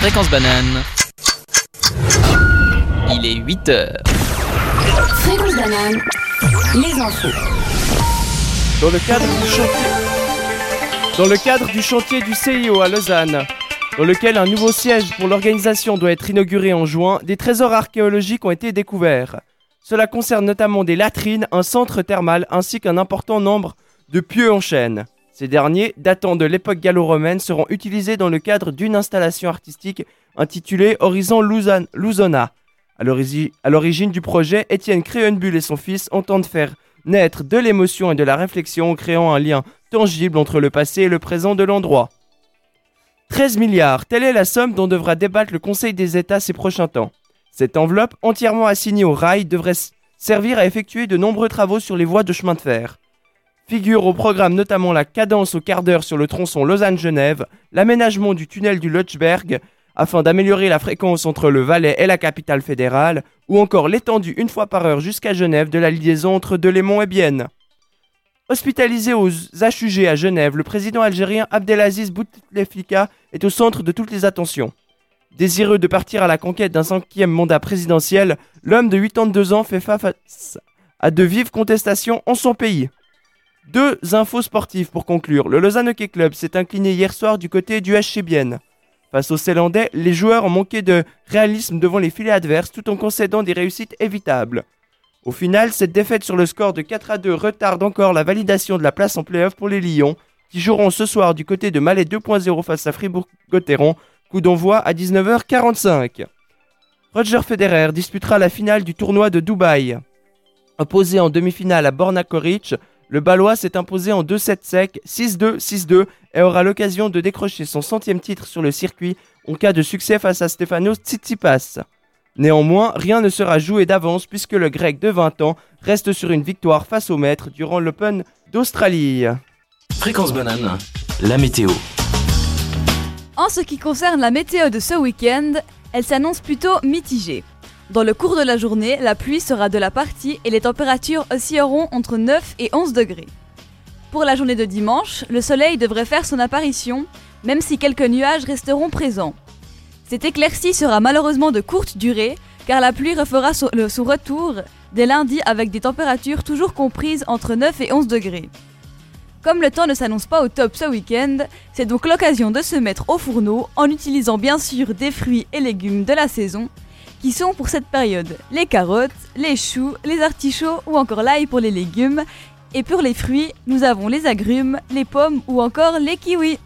Fréquence banane. Il est 8h. Fréquence banane, les infos. Dans le cadre du chantier du CIO à Lausanne, dans lequel un nouveau siège pour l'organisation doit être inauguré en juin, des trésors archéologiques ont été découverts. Cela concerne notamment des latrines, un centre thermal ainsi qu'un important nombre de pieux en chêne. Ces derniers, datant de l'époque gallo-romaine, seront utilisés dans le cadre d'une installation artistique intitulée Horizon Luzona. À l'origine du projet, Étienne Créhenbuhl et son fils entendent faire naître de l'émotion et de la réflexion en créant un lien tangible entre le passé et le présent de l'endroit. 13 milliards, telle est la somme dont devra débattre le Conseil des États ces prochains temps. Cette enveloppe, entièrement assignée au rail, devrait servir à effectuer de nombreux travaux sur les voies de chemin de fer. Figure au programme notamment la cadence au quart d'heure sur le tronçon Lausanne-Genève, l'aménagement du tunnel du Lötschberg, afin d'améliorer la fréquence entre le Valais et la capitale fédérale, ou encore l'étendue une fois par heure jusqu'à Genève de la liaison entre Delémont et Bienne. Hospitalisé aux HUG à Genève, le président algérien Abdelaziz Bouteflika est au centre de toutes les attentions. Désireux de partir à la conquête d'un 5e mandat présidentiel, l'homme de 82 ans fait face à de vives contestations en son pays. Deux infos sportives pour conclure. Le Lausanne Hockey Club s'est incliné hier soir du côté du SC Bienne. Face aux Célandais, les joueurs ont manqué de réalisme devant les filets adverses tout en concédant des réussites évitables. Au final, cette défaite sur le score de 4-2 retarde encore la validation de la place en play-off pour les Lions, qui joueront ce soir du côté de Malais 2.0 face à Fribourg-Gotteron, coup d'envoi à 19h45. Roger Federer disputera la finale du tournoi de Dubaï. Opposé en demi-finale à Borna Koric, le Balois s'est imposé en 2-7 secs, 6-2, 6-2 et aura l'occasion de décrocher son 100e titre sur le circuit en cas de succès face à Stefanos Tsitsipas. Néanmoins, rien ne sera joué d'avance puisque le Grec de 20 ans reste sur une victoire face au maître durant l'Open d'Australie. Fréquence banane, la météo. En ce qui concerne la météo de ce week-end, elle s'annonce plutôt mitigée. Dans le cours de la journée, la pluie sera de la partie et les températures oscilleront entre 9 et 11 degrés. Pour la journée de dimanche, le soleil devrait faire son apparition, même si quelques nuages resteront présents. Cette éclaircie sera malheureusement de courte durée, car la pluie refera son retour dès lundi avec des températures toujours comprises entre 9 et 11 degrés. Comme le temps ne s'annonce pas au top ce week-end, c'est donc l'occasion de se mettre au fourneau en utilisant bien sûr des fruits et légumes de la saison, qui sont pour cette période les carottes, les choux, les artichauts ou encore l'ail pour les légumes. Et pour les fruits, nous avons les agrumes, les pommes ou encore les kiwis.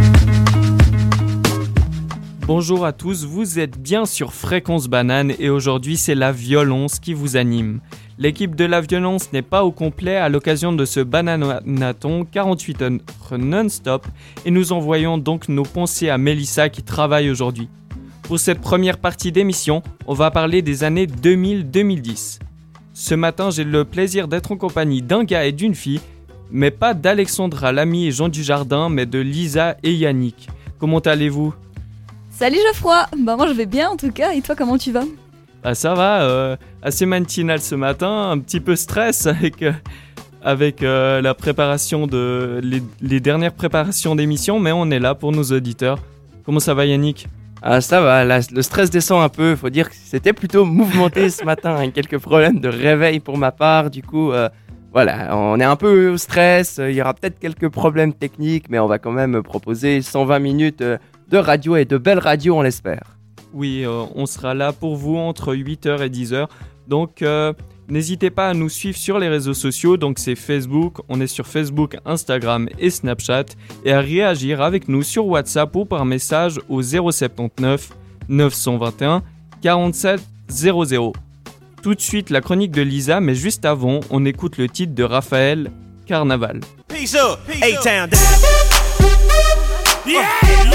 Bonjour à tous, vous êtes bien sur Fréquence Banane et aujourd'hui c'est la violence qui vous anime. L'équipe de la violence n'est pas au complet à l'occasion de ce bananathon 48 heures non-stop et nous envoyons donc nos pensées à Mélissa qui travaille aujourd'hui. Pour cette première partie d'émission, on va parler des années 2000-2010. Ce matin, j'ai le plaisir d'être en compagnie d'un gars et d'une fille, mais pas d'Alexandra Lamy et Jean Dujardin, mais de Lisa et Yannick. Comment allez-vous ? Salut Geoffroy, moi je vais bien en tout cas, et toi comment tu vas ? Ça va, assez matinal ce matin, un petit peu stress avec la préparation les dernières préparations d'émission, mais on est là pour nos auditeurs. Comment ça va Yannick ? Ça va, le stress descend un peu, faut dire que c'était plutôt mouvementé ce matin, avec quelques problèmes de réveil pour ma part, du coup, voilà, on est un peu au stress, il y aura peut-être quelques problèmes techniques, mais on va quand même proposer 120 minutes de radio et de belles radios, on l'espère. Oui, on sera là pour vous entre 8h et 10h, donc n'hésitez pas à nous suivre sur les réseaux sociaux, donc c'est Facebook, on est sur Facebook, Instagram et Snapchat, et à réagir avec nous sur WhatsApp ou par message au 079 921 47 00. Tout de suite la chronique de Lisa, mais juste avant, on écoute le titre de Raphaël, Carnaval. Peace up, A-Town. Yeah, yeah.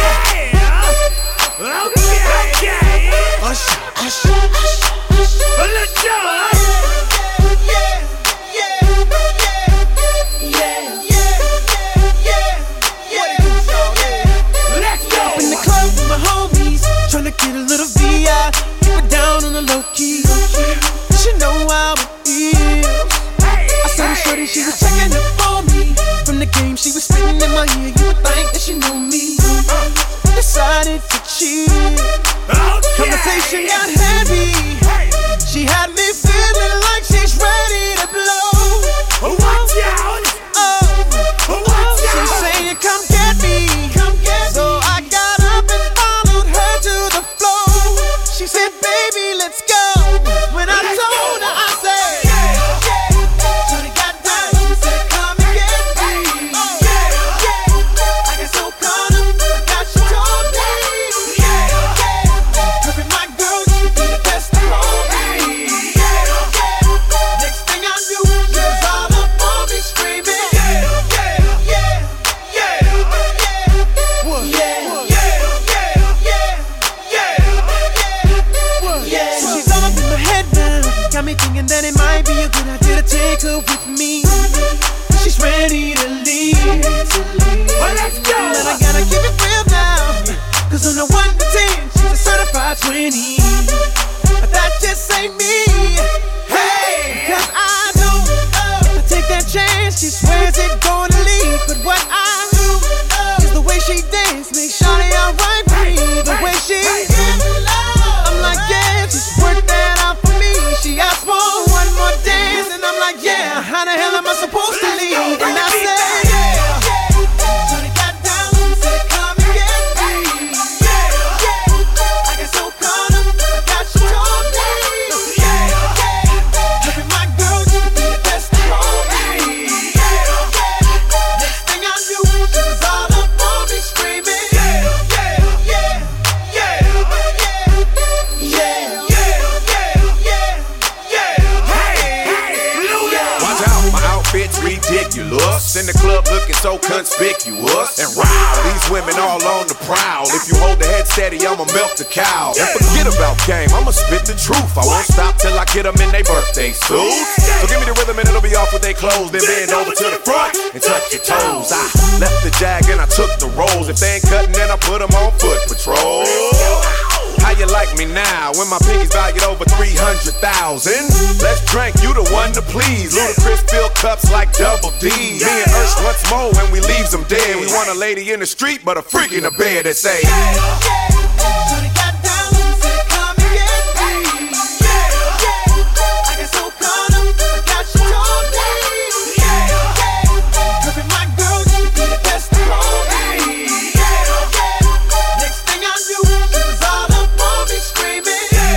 Okay. Hush. Let's go. Tryna get a little VI, keep it down on the low key. She know how it is. I saw the shorty, she was checking up on me. From the game, she was spitting in my ear. You would think that she knew me. Decided to cheat. On the 1 to 10, she's a certified 20. But that just ain't me. Hey, cause I know if I take that chance, she swears it's gonna leave. But what I do is the way she dance makes Shawty alright with me. The way she I'm like, yeah, just work that out for me. She asked for one more dance, and I'm like, yeah, how the hell am I supposed to leave? And I said, yeah. Shawty got down, said, come and get me. I got so caught up, I got you told me. Look at my girl, she could be the best of all me. Next thing I knew, she was all up on me screaming. Watch out, my outfit's ridiculous. In the club looking so conspicuous. And wow, these women all on the prowl. If you hold the head steady, I'ma milk the cow. And forget about game, I'ma spit the truth. I won't stop till I get them in their birthday suits. So give me the rhythm and it'll be off with their clothes. Then bend over to the front and touch your toes. I left the jag and I took the rolls. If they ain't cutting, then I put them on foot patrol. How you like me now when my pinky's valued over 300,000? Let's drink, you the one to please. Ludacris fill cups like Double D. Me and Ursh once more when we leaves them dead. We want a lady in the street but a freak in the bed that say Shawty got down, said, come and get me. I got so caught up, I got you told me. Look at my girl, she could be the best of all me. Next thing I knew, she was all up on me screaming.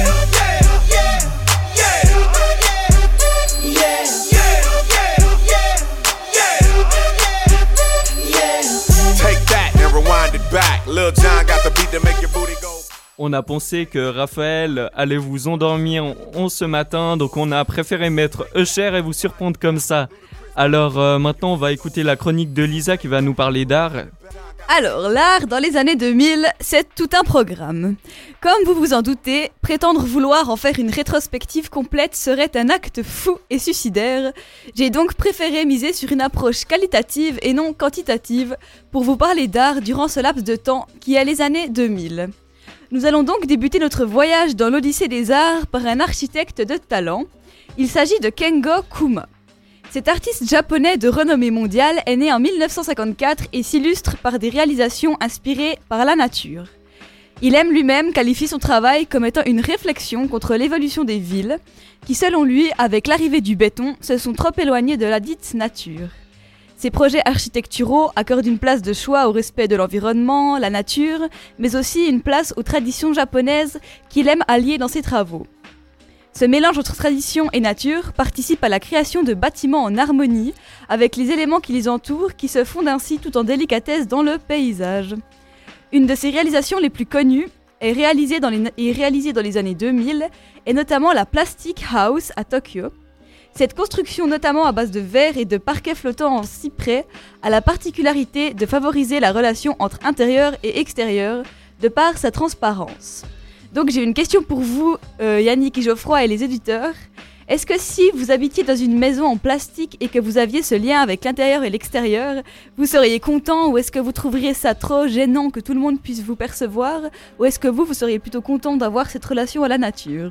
take that and rewind it back. Lil Jon got the beat to make your booty go. On a pensé que Raphaël allait vous endormir en ce matin, donc on a préféré mettre Usher et vous surprendre comme ça. Alors maintenant on va écouter la chronique de Lisa qui va nous parler d'art. Alors, l'art dans les années 2000, c'est tout un programme. Comme vous vous en doutez, prétendre vouloir en faire une rétrospective complète serait un acte fou et suicidaire. J'ai donc préféré miser sur une approche qualitative et non quantitative pour vous parler d'art durant ce laps de temps qui est les années 2000. Nous allons donc débuter notre voyage dans l'Odyssée des Arts par un architecte de talent. Il s'agit de Kengo Kuma. Cet artiste japonais de renommée mondiale est né en 1954 et s'illustre par des réalisations inspirées par la nature. Il aime lui-même qualifier son travail comme étant une réflexion contre l'évolution des villes, qui selon lui, avec l'arrivée du béton, se sont trop éloignées de la dite nature. Ses projets architecturaux accordent une place de choix au respect de l'environnement, la nature, mais aussi une place aux traditions japonaises qu'il aime allier dans ses travaux. Ce mélange entre tradition et nature participe à la création de bâtiments en harmonie avec les éléments qui les entourent qui se fondent ainsi tout en délicatesse dans le paysage. Une de ses réalisations les plus connues est réalisée dans les années 2000 et notamment la Plastic House à Tokyo. Cette construction notamment à base de verre et de parquet flottant en cyprès a la particularité de favoriser la relation entre intérieur et extérieur de par sa transparence. Donc j'ai une question pour vous, Yannick et Geoffroy et les éditeurs. Est-ce que si vous habitiez dans une maison en plastique et que vous aviez ce lien avec l'intérieur et l'extérieur, vous seriez content ou est-ce que vous trouveriez ça trop gênant que tout le monde puisse vous percevoir? Ou est-ce que vous seriez plutôt content d'avoir cette relation à la nature?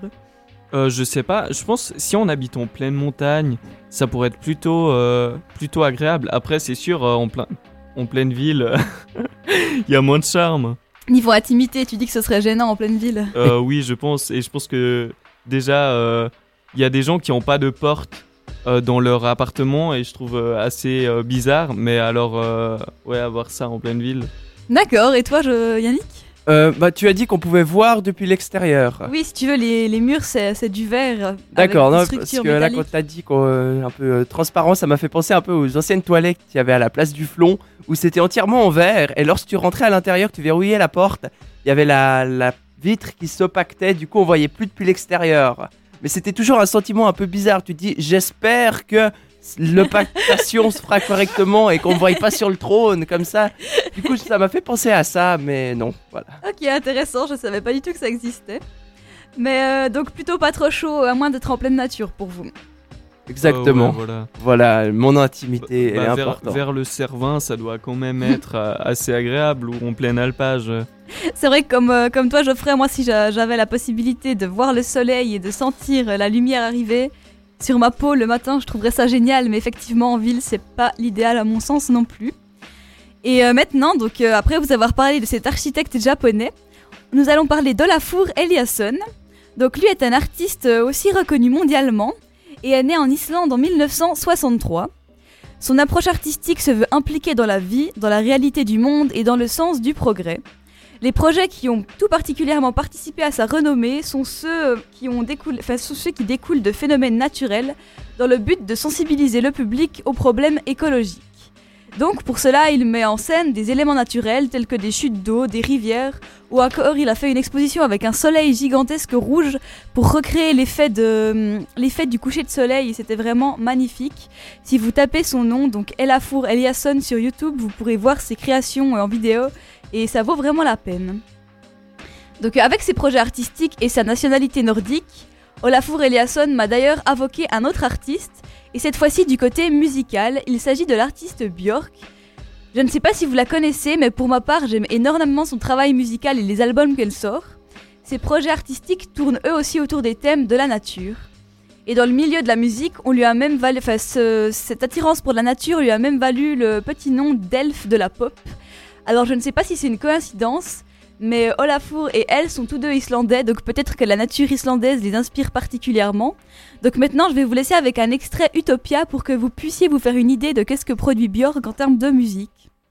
Je sais pas, je pense si on habite en pleine montagne, ça pourrait être plutôt agréable. Après c'est sûr, en pleine ville, il y a moins de charme. Niveau intimité, tu dis que ce serait gênant en pleine ville? Oui, je pense. Et je pense que déjà, il y a des gens qui n'ont pas de porte dans leur appartement et je trouve assez bizarre. Mais alors, ouais, avoir ça en pleine ville. D'accord. Et toi, Yannick? Tu as dit qu'on pouvait voir depuis l'extérieur. Oui, si tu veux, les murs, c'est du verre. D'accord, avec non, parce que là, quand t'as dit un peu transparent, ça m'a fait penser un peu aux anciennes toilettes qu'il y avait à la place du Flon, où c'était entièrement en verre, et lorsque tu rentrais à l'intérieur, tu verrouillais la porte, il y avait la vitre qui s'opactait, du coup on voyait plus depuis l'extérieur. Mais c'était toujours un sentiment un peu bizarre, tu te dis, j'espère que l'opactation se fera correctement et qu'on ne voie pas sur le trône comme ça. Du coup ça m'a fait penser à ça, mais non, voilà. Ok, intéressant, je savais pas du tout que ça existait. Mais donc plutôt pas trop chaud, à moins d'être en pleine nature pour vous. Exactement, ouais, voilà, mon intimité elle est vers, importante. Vers le Cervin, ça doit quand même être assez agréable ou en plein alpage. C'est vrai que comme toi Geoffrey, moi si j'avais la possibilité de voir le soleil et de sentir la lumière arriver sur ma peau le matin, je trouverais ça génial, mais effectivement en ville c'est pas l'idéal à mon sens non plus. Et maintenant, donc après vous avoir parlé de cet architecte japonais, nous allons parler d'Olafur Eliasson. Donc lui est un artiste aussi reconnu mondialement et est né en Islande en 1963. Son approche artistique se veut impliquée dans la vie, dans la réalité du monde et dans le sens du progrès. Les projets qui ont tout particulièrement participé à sa renommée sont ceux qui découlent de phénomènes naturels dans le but de sensibiliser le public aux problèmes écologiques. Donc pour cela, il met en scène des éléments naturels tels que des chutes d'eau, des rivières, ou encore il a fait une exposition avec un soleil gigantesque rouge pour recréer l'effet du coucher de soleil et c'était vraiment magnifique. Si vous tapez son nom, donc Olafur Eliasson sur YouTube, vous pourrez voir ses créations en vidéo et ça vaut vraiment la peine. Donc avec ses projets artistiques et sa nationalité nordique, Olafur Eliasson m'a d'ailleurs invoqué un autre artiste, et cette fois-ci du côté musical, il s'agit de l'artiste Björk. Je ne sais pas si vous la connaissez, mais pour ma part, j'aime énormément son travail musical et les albums qu'elle sort. Ses projets artistiques tournent eux aussi autour des thèmes de la nature. Et dans le milieu de la musique, on lui a même valu, cette attirance pour la nature lui a même valu le petit nom d'elfe de la pop. Alors je ne sais pas si c'est une coïncidence, mais Olafur et elle sont tous deux islandais, donc peut-être que la nature islandaise les inspire particulièrement. Donc maintenant, je vais vous laisser avec un extrait Utopia pour que vous puissiez vous faire une idée de qu'est-ce que produit Björk en termes de musique.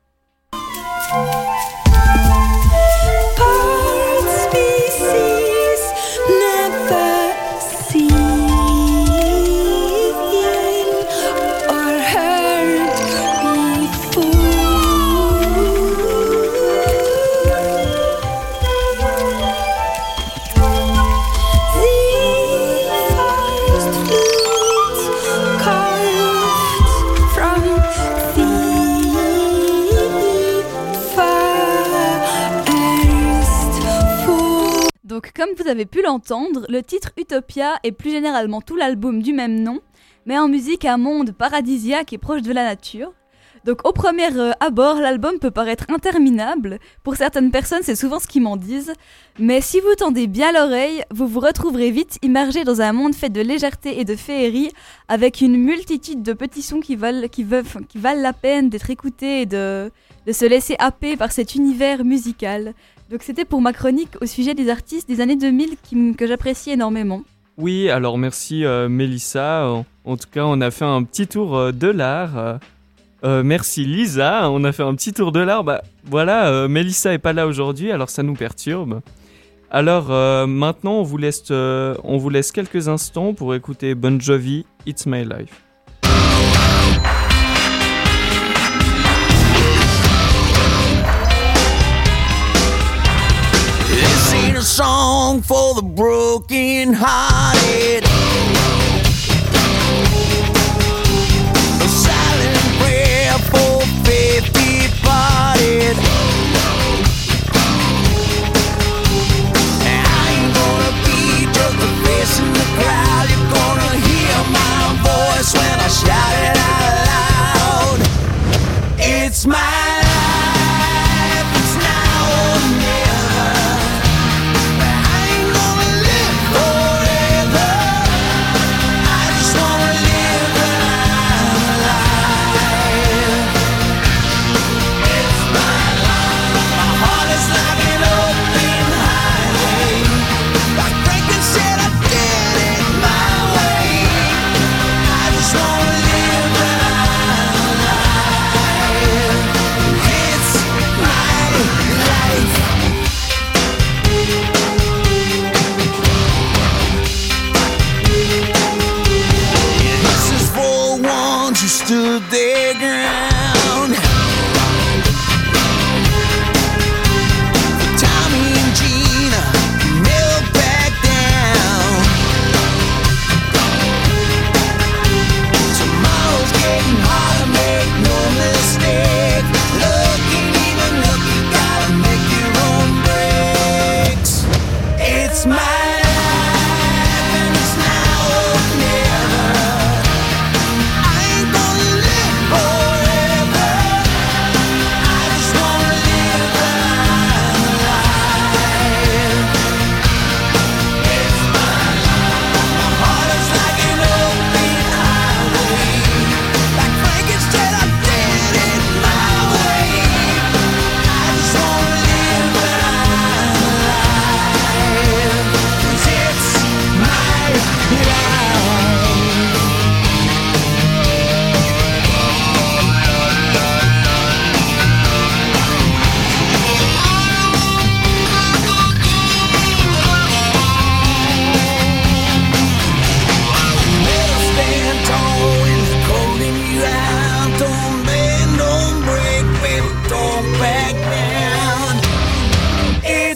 Donc comme vous avez pu l'entendre, le titre Utopia et plus généralement tout l'album du même nom met en musique un monde paradisiaque et proche de la nature. Donc au premier abord, l'album peut paraître interminable, pour certaines personnes c'est souvent ce qu'ils m'en disent, mais si vous tendez bien l'oreille, vous vous retrouverez vite immergé dans un monde fait de légèreté et de féerie, avec une multitude de petits sons qui valent la peine d'être écoutés et de se laisser happer par cet univers musical. Donc c'était pour ma chronique au sujet des artistes des années 2000 que j'apprécie énormément. Oui, alors merci Mélissa. En tout cas, on a fait un petit tour de l'art. Merci Lisa, on a fait un petit tour de l'art. Bah voilà, Mélissa est pas là aujourd'hui, alors ça nous perturbe. Alors maintenant, on vous laisse quelques instants pour écouter Bon Jovi, It's My Life. A song for the broken hearted, a silent prayer for faith departed. I ain't gonna be just a face in the crowd. You're gonna hear my voice when I shout it out loud. It's my life, it's now or never. I ain't gonna live forever.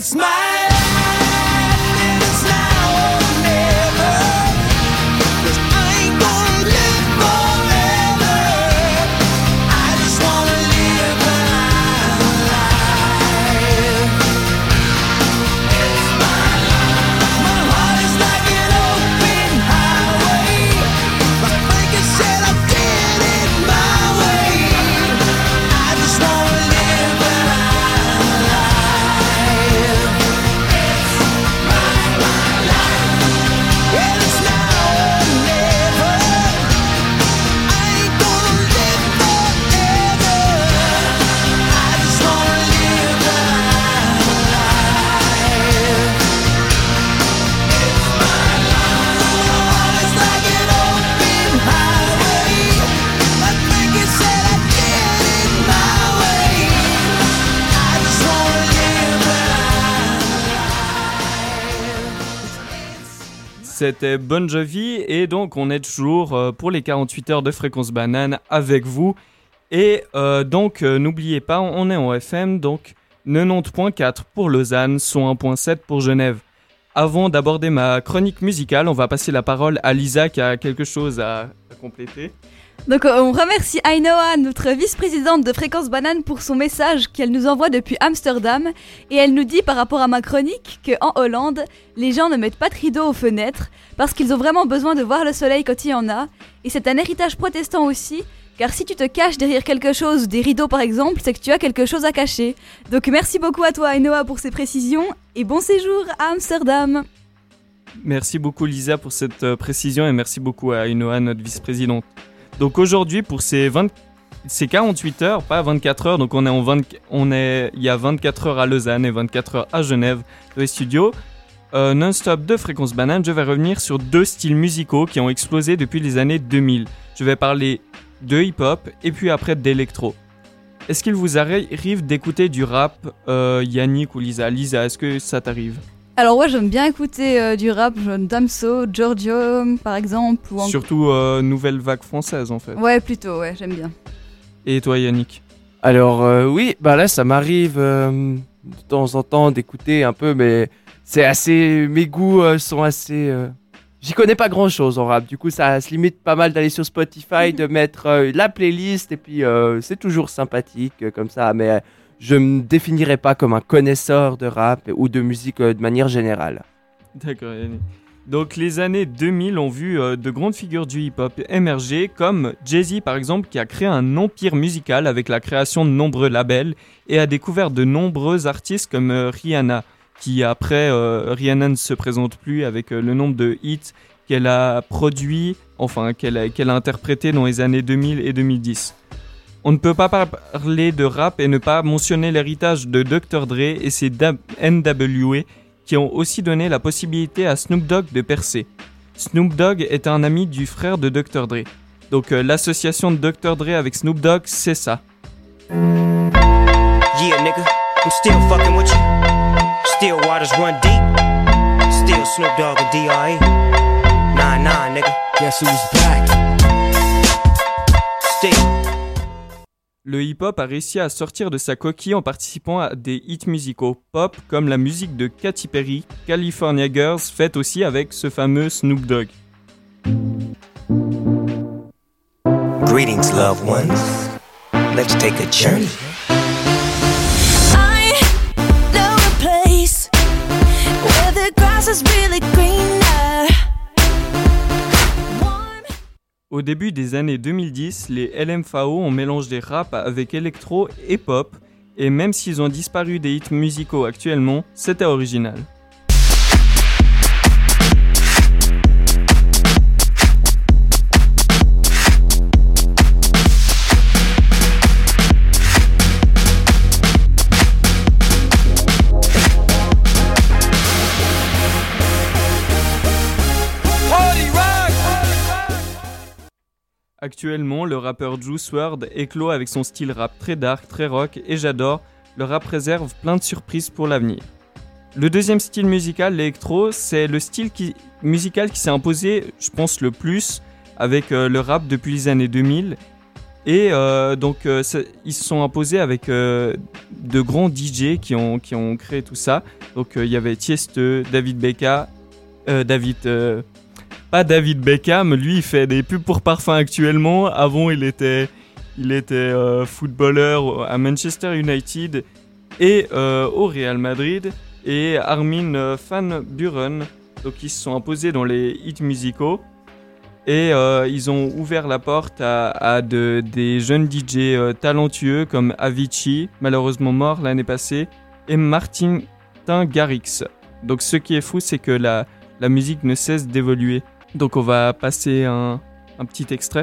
It's my life, and it's now or never. 'Cause I ain't gonna live forever. I just wanna live my life. It's my life. My heart is like an open highway. Like Frankie said, I did it my way. I just wanna live my life. It's my life. And it's now or never. I ain't gonna live forever. I just wanna live my life. It's my life. It's like an open highway. Like Frankie said, I did it my way. I just wanna live my life. C'était Bon Jovi et donc on est toujours pour les 48 heures de Fréquence Banane avec vous. Et n'oubliez pas, on est en FM, donc 90.4 pour Lausanne, 101.7 pour Genève. Avant d'aborder ma chronique musicale, on va passer la parole à Lisa qui a quelque chose à compléter. Donc on remercie Ainoa, notre vice-présidente de Fréquence Banane, pour son message qu'elle nous envoie depuis Amsterdam. Et elle nous dit par rapport à ma chronique qu'en Hollande, les gens ne mettent pas de rideaux aux fenêtres parce qu'ils ont vraiment besoin de voir le soleil quand il y en a. Et c'est un héritage protestant aussi, car si tu te caches derrière quelque chose, des rideaux par exemple, c'est que tu as quelque chose à cacher. Donc merci beaucoup à toi Ainoa pour ces précisions et bon séjour à Amsterdam. Merci beaucoup Lisa pour cette précision et merci beaucoup à Ainoa, notre vice-présidente. Donc aujourd'hui pour ces 48 heures, pas 24 heures, donc il y a 24 heures à Lausanne et 24 heures à Genève dans les studios. Non-stop de Fréquence Banane, je vais revenir sur deux styles musicaux qui ont explosé depuis les années 2000. Je vais parler de hip-hop et puis après d'électro. Est-ce qu'il vous arrive d'écouter du rap, Yannick ou Lisa ? Lisa, est-ce que ça t'arrive ? Alors ouais, j'aime bien écouter du rap, Damso, Giorgio par exemple. Ou Surtout nouvelle vague française en fait. Ouais, plutôt, ouais, j'aime bien. Et toi Yannick ? Alors oui, bah là ça m'arrive de temps en temps d'écouter un peu, mais c'est assez, mes goûts sont assez, j'y connais pas grand chose en rap, du coup ça se limite pas mal d'aller sur Spotify, de mettre la playlist et puis c'est toujours sympathique comme ça, mais je me définirais pas comme un connaisseur de rap ou de musique de manière générale. D'accord Yannick. Donc les années 2000 ont vu de grandes figures du hip-hop émerger, comme Jay-Z par exemple, qui a créé un empire musical avec la création de nombreux labels et a découvert de nombreux artistes comme Rihanna, qui après, Rihanna ne se présente plus avec le nombre de hits qu'elle a produits, enfin qu'elle a interprétés dans les années 2000 et 2010. On ne peut pas parler de rap et ne pas mentionner l'héritage de Dr. Dre et ses NWA, qui ont aussi donné la possibilité à Snoop Dogg de percer. Snoop Dogg est un ami du frère de Dr. Dre. Donc l'association de Dr. Dre avec Snoop Dogg, c'est ça. Yeah, nigga, I'm still fucking with you. Still waters run deep. Still Snoop Dogg and D.R.E. Nah, nigga. Guess who's back? Still. Le hip-hop a réussi à sortir de sa coquille en participant à des hits musicaux pop comme la musique de Katy Perry, California Girls, faite aussi avec ce fameux Snoop Dogg. Greetings, loved ones. Let's take a journey. I know a place where the grass is really greener. Au début des années 2010, les LMFAO ont mélangé rap avec électro et pop, et même s'ils ont disparu des hits musicaux actuellement, c'était original. Actuellement, le rappeur Juice WRLD éclot avec son style rap très dark, très rock, et j'adore, le rap réserve plein de surprises pour l'avenir. Le deuxième style musical, l'électro, c'est le style musical qui s'est imposé, je pense, le plus avec le rap depuis les années 2000. Et ils se sont imposés avec de grands DJ qui ont créé tout ça. Donc il y avait Tiesto, David Beckham, pas David Beckham, lui il fait des pubs pour parfum actuellement. Avant il était footballeur à Manchester United et au Real Madrid. Et Armin van Buuren, donc ils se sont imposés dans les hits musicaux. Et ils ont ouvert la porte à des jeunes DJ talentueux comme Avicii, malheureusement mort l'année passée, et Martin Garrix. Donc ce qui est fou, c'est que la musique ne cesse d'évoluer. Donc on va passer un petit extrait.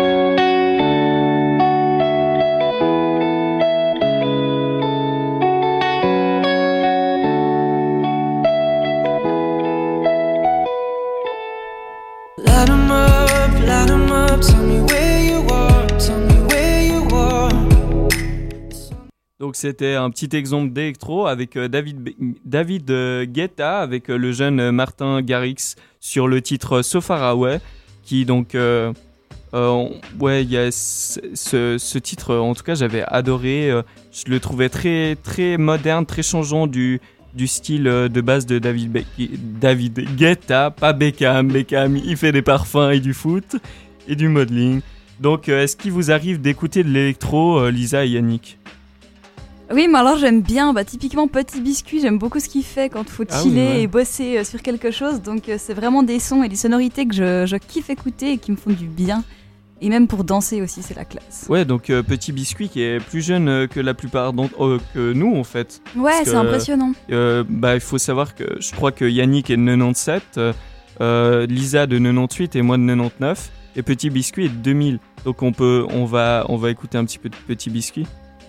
Donc c'était un petit exemple d'électro avec David Guetta avec le jeune Martin Garrix sur le titre So Far Away qui donc il y a ce titre, en tout cas j'avais adoré, je le trouvais très très moderne, très changeant du style de base de David Guetta, pas Beckham, il fait des parfums et du foot et du modeling. Donc est-ce qu'il vous arrive d'écouter de l'électro, Lisa et Yannick? Oui, mais alors j'aime bien, typiquement Petit Biscuit, j'aime beaucoup ce qu'il fait quand il faut chiller et bosser sur quelque chose. Donc c'est vraiment des sons et des sonorités que je kiffe écouter et qui me font du bien. Et même pour danser aussi, c'est la classe. Ouais, donc Petit Biscuit qui est plus jeune que la plupart que nous en fait. Ouais, c'est impressionnant. Il faut savoir que je crois que Yannick est de 97, Lisa de 98 et moi de 99. Et Petit Biscuit est de 2000. Donc on va écouter un petit peu de Petit Biscuit.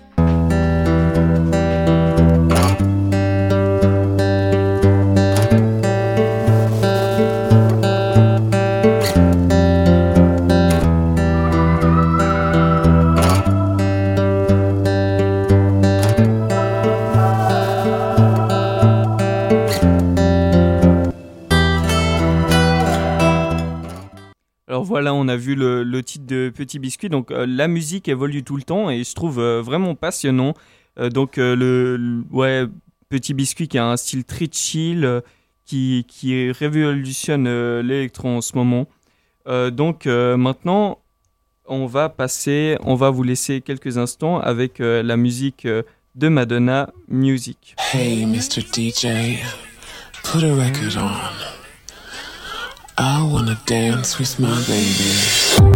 Voilà, on a vu le titre de Petit Biscuit. Donc la musique évolue tout le temps et je trouve vraiment passionnant. Petit Biscuit qui a un style très chill, qui révolutionne l'électro en ce moment. Maintenant, on va vous laisser quelques instants avec la musique de Madonna, Music. Hey Mr. DJ, put a record on. I wanna dance with my baby.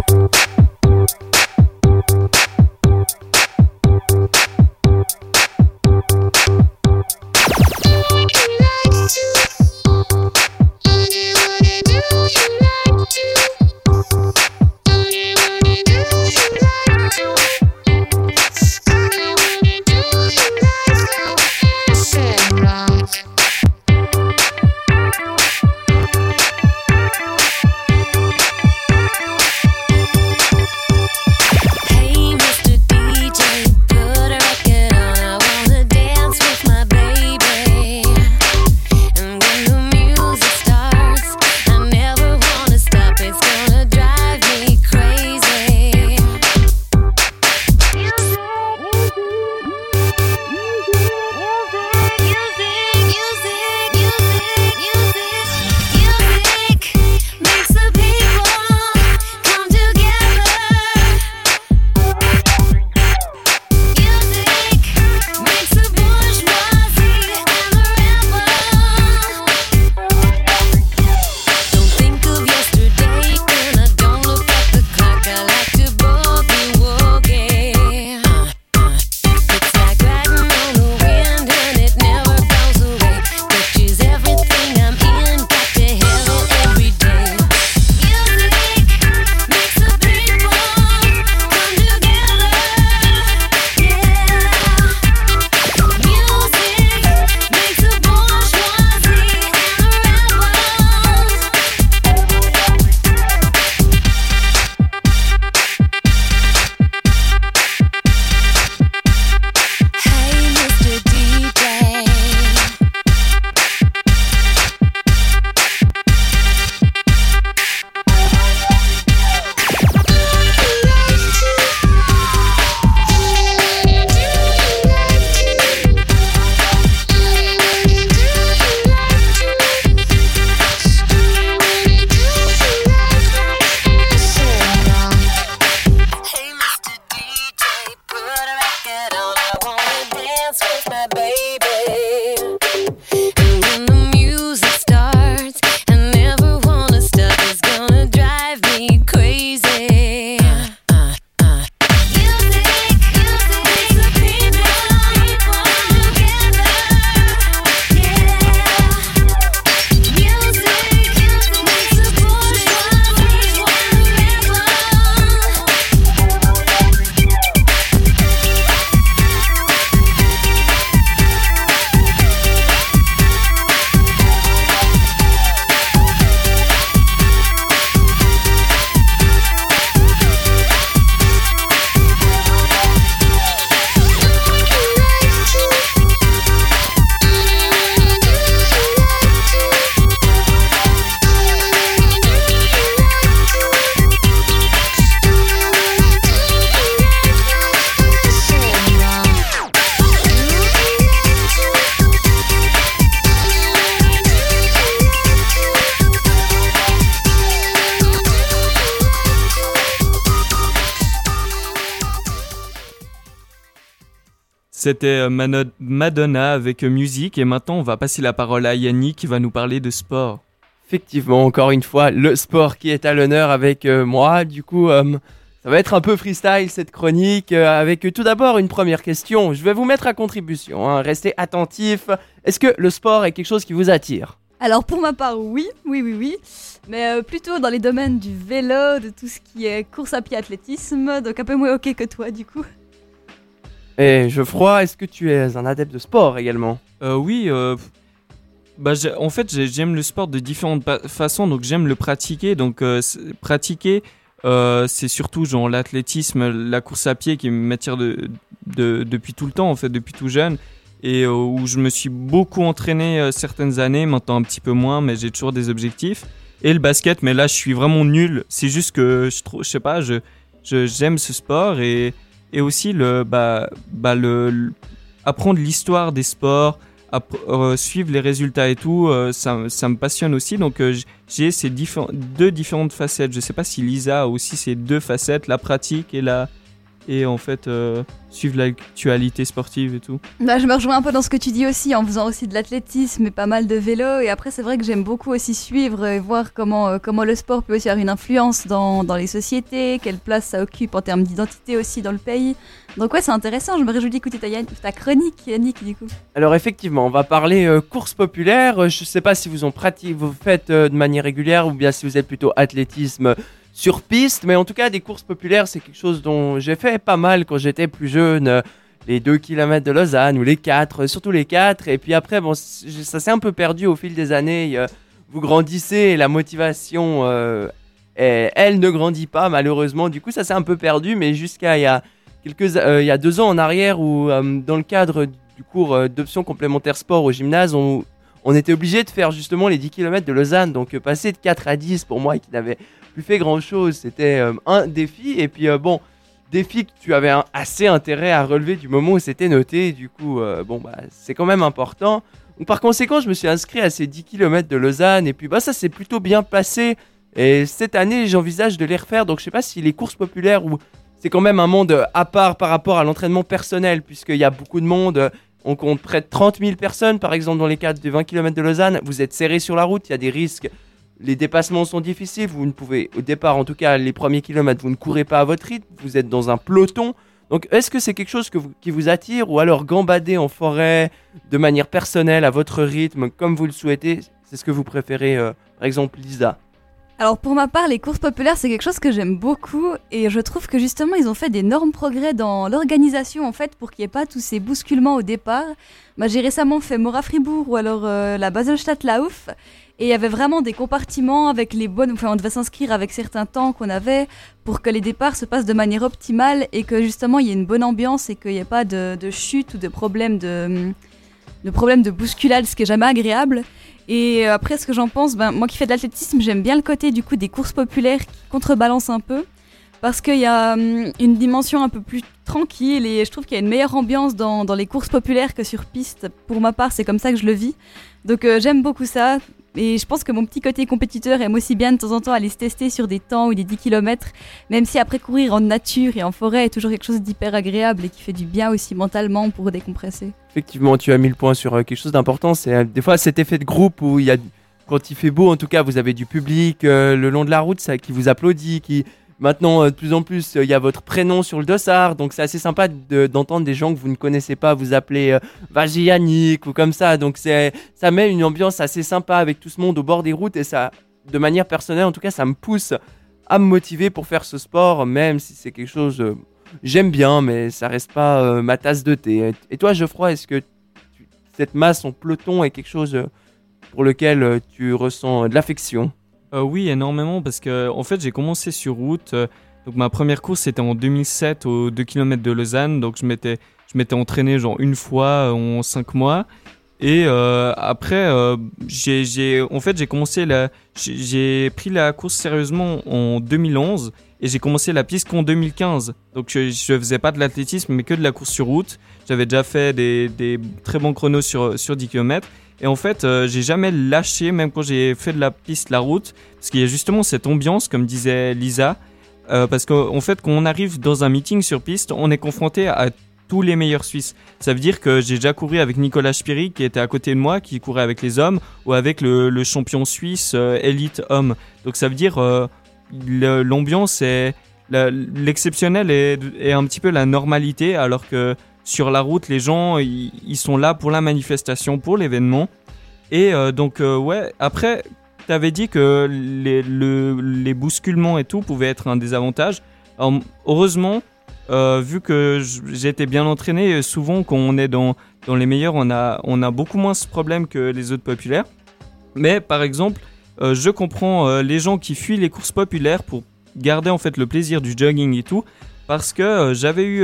C'était Madonna avec Music. Et maintenant, on va passer la parole à Yannick qui va nous parler de sport. Effectivement, encore une fois, le sport qui est à l'honneur avec moi. Du coup, ça va être un peu freestyle cette chronique avec tout d'abord une première question. Je vais vous mettre à contribution, hein. Restez attentifs. Est-ce que le sport est quelque chose qui vous attire ? Alors pour ma part, oui. Mais plutôt dans les domaines du vélo, de tout ce qui est course à pied, athlétisme, donc un peu moins ok que toi du coup. Et Geoffroy, est-ce que tu es un adepte de sport également ? Oui, en fait j'aime le sport de différentes façons, donc j'aime le pratiquer. Donc pratiquer, c'est surtout genre l'athlétisme, la course à pied qui m'attire depuis tout le temps, en fait, depuis tout jeune. Et où je me suis beaucoup entraîné certaines années, maintenant un petit peu moins, mais j'ai toujours des objectifs. Et le basket, mais là je suis vraiment nul. C'est juste que j'aime ce sport et aussi apprendre l'histoire des sports, suivre les résultats et tout, ça me passionne aussi. Donc j'ai ces deux différentes facettes. Je sais pas si Lisa a aussi ces deux facettes, la pratique et en fait suivre l'actualité sportive et tout. Bah, je me rejoins un peu dans ce que tu dis aussi, en faisant aussi de l'athlétisme et pas mal de vélo. Et après, c'est vrai que j'aime beaucoup aussi suivre et voir comment le sport peut aussi avoir une influence dans les sociétés, quelle place ça occupe en termes d'identité aussi dans le pays. Donc ouais, c'est intéressant, je me réjouis d'écouter ta chronique, Yannick, du coup. Alors effectivement, on va parler course populaire. Je sais pas si vous faites de manière régulière ou bien si vous êtes plutôt athlétisme sur piste, mais en tout cas des courses populaires, c'est quelque chose dont j'ai fait pas mal quand j'étais plus jeune, les 2 km de Lausanne ou les 4, surtout les 4, et puis après bon, ça s'est un peu perdu au fil des années, vous grandissez et la motivation elle ne grandit pas malheureusement, du coup ça s'est un peu perdu, mais jusqu'à il y a 2 ans en arrière où dans le cadre du cours d'option complémentaire sport au gymnase, on était obligé de faire justement les 10 km de Lausanne, donc passer de 4 à 10 pour moi qui n'avait plus fait grand chose, c'était un défi, et puis défi que tu avais assez intérêt à relever du moment où c'était noté, du coup c'est quand même important. Donc par conséquent je me suis inscrit à ces 10 km de Lausanne, et puis ça s'est plutôt bien passé, et cette année j'envisage de les refaire, donc je sais pas si les courses populaires, où c'est quand même un monde à part par rapport à l'entraînement personnel, puisqu'il y a beaucoup de monde. On compte près de 30 000 personnes, par exemple, dans les cadres des 20 km de Lausanne. Vous êtes serré sur la route, il y a des risques. Les dépassements sont difficiles. Vous ne pouvez, au départ, en tout cas, les premiers kilomètres, vous ne courez pas à votre rythme. Vous êtes dans un peloton. Donc, est-ce que c'est quelque chose qui vous attire, ou alors gambader en forêt de manière personnelle, à votre rythme, comme vous le souhaitez? C'est ce que vous préférez, par exemple, Lisa? Alors pour ma part, les courses populaires, c'est quelque chose que j'aime beaucoup, et je trouve que justement ils ont fait d'énormes progrès dans l'organisation en fait, pour qu'il n'y ait pas tous ces bousculements au départ. J'ai récemment fait Mora-Fribourg ou alors la Basel-Stadt-Lauf, et il y avait vraiment des compartiments avec on devait s'inscrire avec certains temps qu'on avait pour que les départs se passent de manière optimale et que justement il y ait une bonne ambiance et qu'il n'y ait pas de chute ou de problème de bousculade, ce qui est jamais agréable. Et après, ce que j'en pense, moi qui fais de l'athlétisme, j'aime bien le côté du coup des courses populaires qui contrebalancent un peu, parce qu'il y a une dimension un peu plus tranquille, et je trouve qu'il y a une meilleure ambiance dans les courses populaires que sur piste. Pour ma part, c'est comme ça que je le vis. Donc j'aime beaucoup ça. Et je pense que mon petit côté compétiteur aime aussi bien de temps en temps aller se tester sur des temps ou des 10 km, même si après courir en nature et en forêt est toujours quelque chose d'hyper agréable et qui fait du bien aussi mentalement pour décompresser. Effectivement, tu as mis le point sur quelque chose d'important, c'est des fois cet effet de groupe où quand il fait beau, en tout cas, vous avez du public le long de la route qui vous applaudit, Maintenant, de plus en plus, il y a votre prénom sur le dossard, donc c'est assez sympa d'entendre des gens que vous ne connaissez pas vous appeler Vas-y Yannick ou comme ça. Donc ça met une ambiance assez sympa avec tout ce monde au bord des routes, et ça, de manière personnelle, en tout cas, ça me pousse à me motiver pour faire ce sport, même si c'est quelque chose j'aime bien, mais ça reste pas ma tasse de thé. Et toi, Geoffroy, est-ce que cette masse en peloton est quelque chose pour lequel tu ressens de l'affection? Oui, énormément, parce que en fait j'ai commencé sur route. Donc ma première course c'était en 2007 aux 2 km de Lausanne. Donc je m'étais entraîné genre une fois en 5 mois. Et après j'ai pris la course sérieusement en 2011 et j'ai commencé la piste qu'en 2015. Donc je faisais pas de l'athlétisme mais que de la course sur route. J'avais déjà fait des très bons chronos sur 10 km. Et en fait, j'ai jamais lâché, même quand j'ai fait de la piste, la route, parce qu'il y a justement cette ambiance, comme disait Lisa, parce qu'en fait, quand on arrive dans un meeting sur piste, on est confronté à tous les meilleurs Suisses. Ça veut dire que j'ai déjà couru avec Nicolas Spiri qui était à côté de moi, qui courait avec les hommes, ou avec le champion suisse élite homme. Donc ça veut dire l'ambiance est l'exceptionnel est un petit peu la normalité, alors que sur la route les gens ils sont là pour la manifestation, pour l'événement. Et donc ouais, après t'avais dit que les bousculements et tout pouvaient être un désavantage. Alors, heureusement, vu que j'étais bien entraîné, souvent quand on est dans les meilleurs, on a beaucoup moins ce problème que les autres populaires. Mais par exemple, je comprends les gens qui fuient les courses populaires pour garder en fait le plaisir du jogging et tout, parce que j'avais eu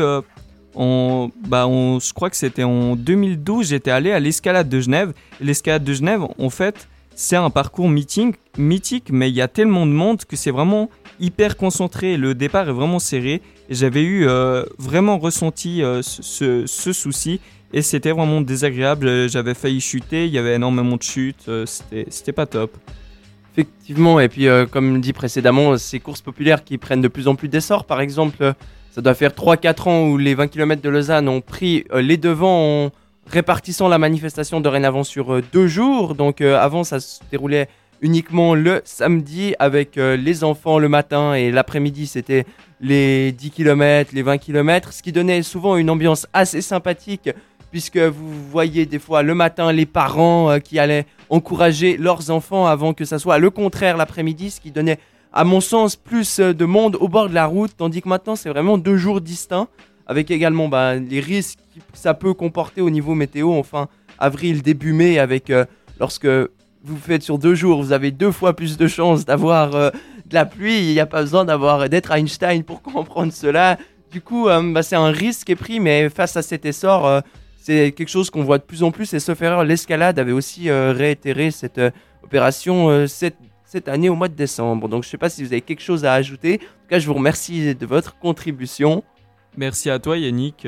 je crois que c'était en 2012, j'étais allé à l'escalade de Genève. Et l'escalade de Genève, en fait, c'est un parcours mythique, mais il y a tellement de monde que c'est vraiment hyper concentré. Le départ est vraiment serré. Et j'avais eu vraiment ressenti ce souci. Et c'était vraiment désagréable. J'avais failli chuter. Il y avait énormément de chutes. C'était pas top. Effectivement. Et puis, comme dit précédemment, ces courses populaires qui prennent de plus en plus d'essor. Par exemple, ça doit faire 3-4 ans où les 20 km de Lausanne ont pris les devants en répartissant la manifestation dorénavant sur 2 jours. Donc avant, ça se déroulait uniquement le samedi avec les enfants le matin, et l'après-midi, c'était les 10 km, les 20 km, ce qui donnait souvent une ambiance assez sympathique, puisque vous voyez des fois le matin les parents qui allaient encourager leurs enfants avant que ça soit le contraire l'après-midi, ce qui donnait, à mon sens, plus de monde au bord de la route, tandis que maintenant, c'est vraiment 2 jours distincts, avec également les risques que ça peut comporter au niveau météo, enfin avril, début mai, avec lorsque vous faites sur 2 jours, vous avez 2 fois plus de chances d'avoir de la pluie, il n'y a pas besoin d'être Einstein pour comprendre cela. Du coup, c'est un risque qui est pris, mais face à cet essor, c'est quelque chose qu'on voit de plus en plus, et sauf erreur, l'escalade avait aussi réitéré cette opération cette année au mois de décembre. Donc je ne sais pas si vous avez quelque chose à ajouter. En tout cas, je vous remercie de votre contribution. Merci à toi Yannick,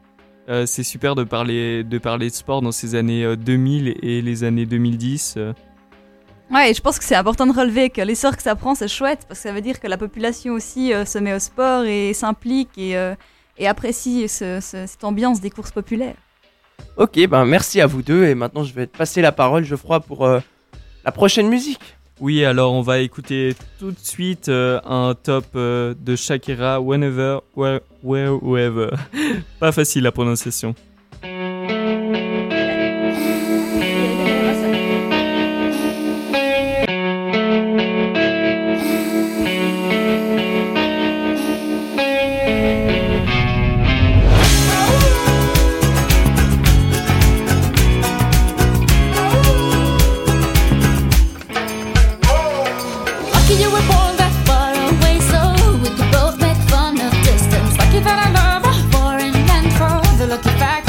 c'est super de parler de sport dans ces années 2000 et les années 2010. Ouais, et je pense que c'est important de relever que l'essor que ça prend, c'est chouette, parce que ça veut dire que la population aussi se met au sport et s'implique et apprécie cette ambiance des courses populaires. Ok, merci à vous deux, et maintenant je vais te passer la parole, Geoffroy, pour la prochaine musique. Oui, alors on va écouter tout de suite un top de Shakira, Whenever, Wherever. Pas facile la prononciation. Lucky fact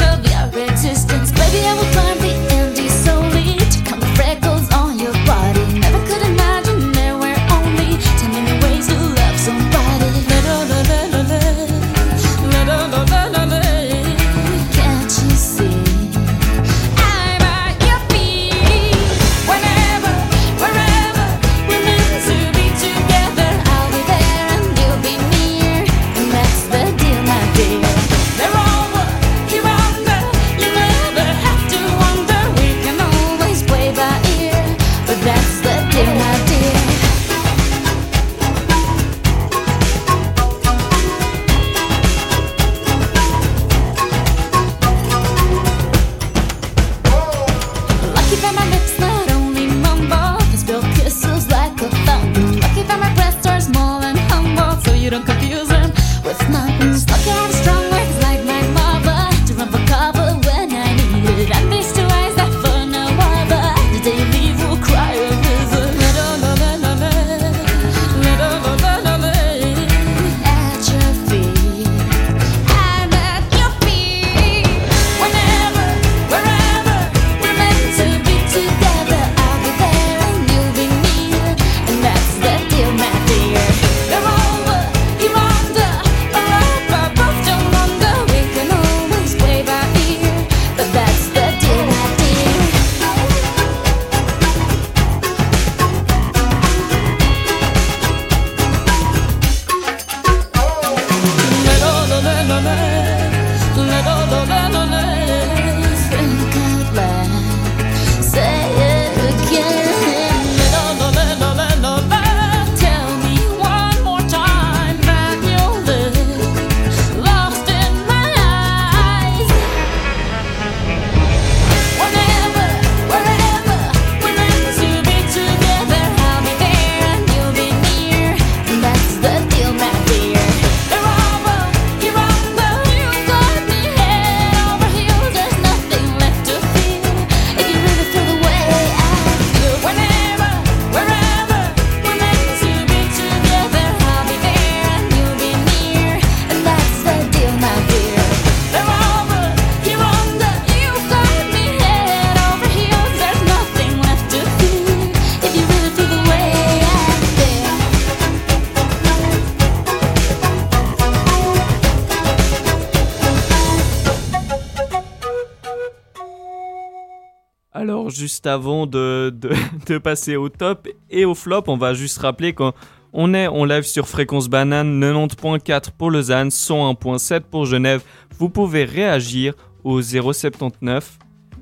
Alors, juste avant de passer au top et au flop, on va juste rappeler qu'on est en live sur Fréquence Banane, 90.4 pour Lausanne, 101.7 pour Genève. Vous pouvez réagir au 079